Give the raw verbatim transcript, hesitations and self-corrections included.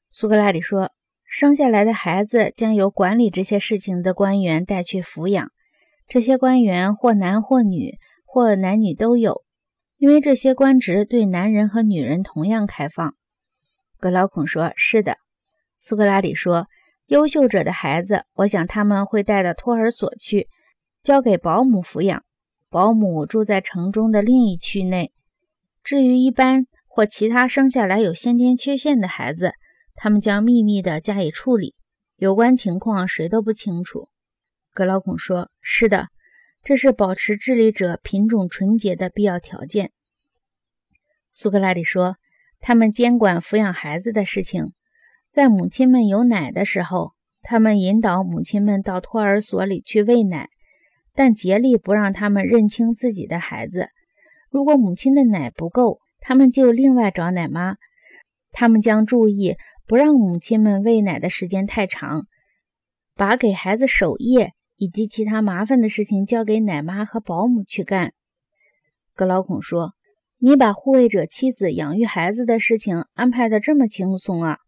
苏格拉底说，生下来的孩子将由管理这些事情的官员带去抚养，这些官员或男或女，或男女都有，因为这些官职对男人和女人同样开放。格劳孔说，是的。苏格拉底说，优秀者的孩子，我想他们会带到托儿所去，交给保姆抚养，保姆住在城中的另一区内。至于一般或其他生下来有先天缺陷的孩子，他们将秘密地加以处理，有关情况谁都不清楚。格劳孔说，是的，这是保持智力者品种纯洁的必要条件。苏格拉底说，他们监管抚养孩子的事情，在母亲们有奶的时候，他们引导母亲们到托儿所里去喂奶，但竭力不让他们认清自己的孩子。如果母亲的奶不够，他们就另外找奶妈。他们将注意不让母亲们喂奶的时间太长，把给孩子守夜以及其他麻烦的事情交给奶妈和保姆去干。格劳孔说，你把护卫者妻子养育孩子的事情安排得这么轻松啊？